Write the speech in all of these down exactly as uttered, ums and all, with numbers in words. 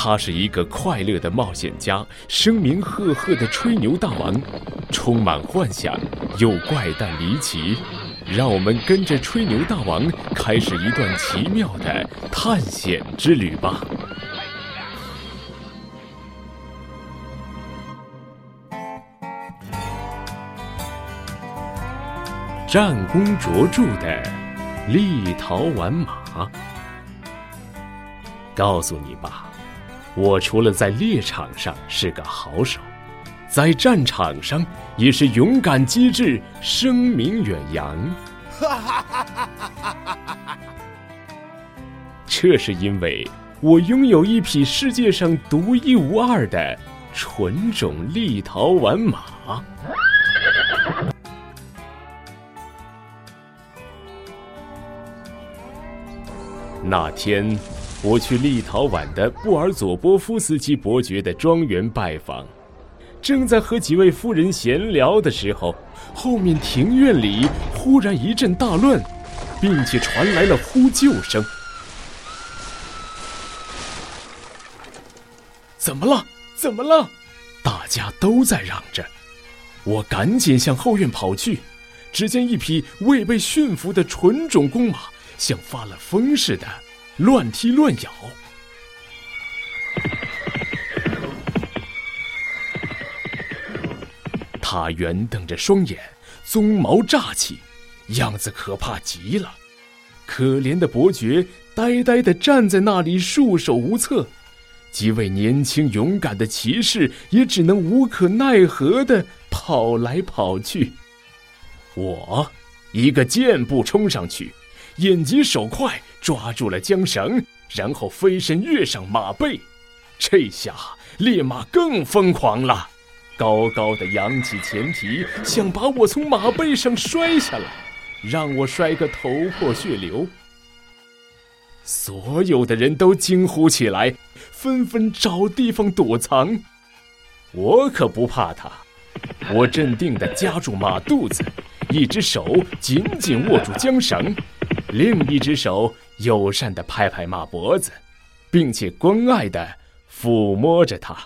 他是一个快乐的冒险家，声名赫赫的吹牛大王，充满幻想又怪诞离奇。让我们跟着吹牛大王开始一段奇妙的探险之旅吧。战功卓著的立陶宛马。告诉你吧，我除了在猎场上是个好手，在战场上也是勇敢机智，声名远扬。这是因为我拥有一匹世界上独一无二的纯种立陶宛马。那天我去立陶宛的布尔佐波夫斯基伯爵的庄园拜访，正在和几位夫人闲聊的时候，后面庭院里忽然一阵大乱，并且传来了呼救声。怎么了？怎么了？大家都在嚷着。我赶紧向后院跑去，只见一匹未被驯服的纯种公马像发了疯似的乱踢乱咬。他圆瞪着双眼，鬃毛乍起，样子可怕极了。可怜的伯爵呆呆地站在那里，束手无策。几位年轻勇敢的骑士也只能无可奈何地跑来跑去。我一个箭步冲上去，眼疾手快抓住了缰绳，然后飞身跃上马背。这下烈马更疯狂了，高高的扬起前蹄，想把我从马背上摔下来，让我摔个头破血流。所有的人都惊呼起来，纷纷找地方躲藏。我可不怕他，我镇定地夹住马肚子，一只手紧紧握住缰绳，另一只手友善地拍拍马脖子，并且关爱地抚摸着它。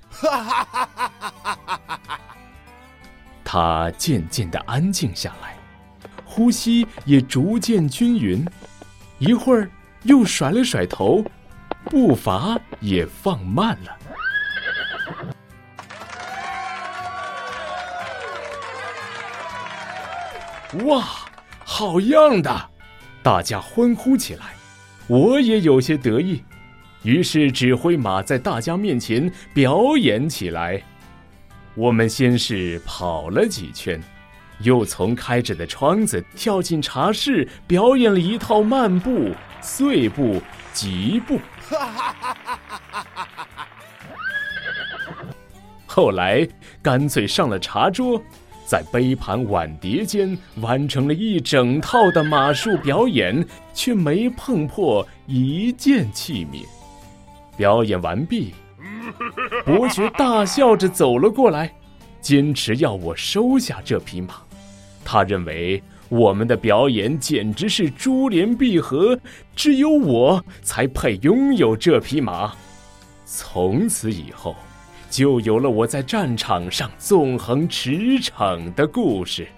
它渐渐地安静下来，呼吸也逐渐均匀，一会儿又甩了甩头，步伐也放慢了。哇，好样的！大家欢呼起来，我也有些得意，于是指挥马在大家面前表演起来。我们先是跑了几圈，又从开着的窗子跳进茶室，表演了一套慢步、碎步、疾步。后来干脆上了茶桌，在杯盘碗碟间完成了一整套的马术表演，却没碰破一件器皿。表演完毕，伯爵大笑着走了过来，坚持要我收下这匹马。他认为我们的表演简直是珠联璧合，只有我才配拥有这匹马。从此以后，就有了我在战场上纵横驰骋的故事。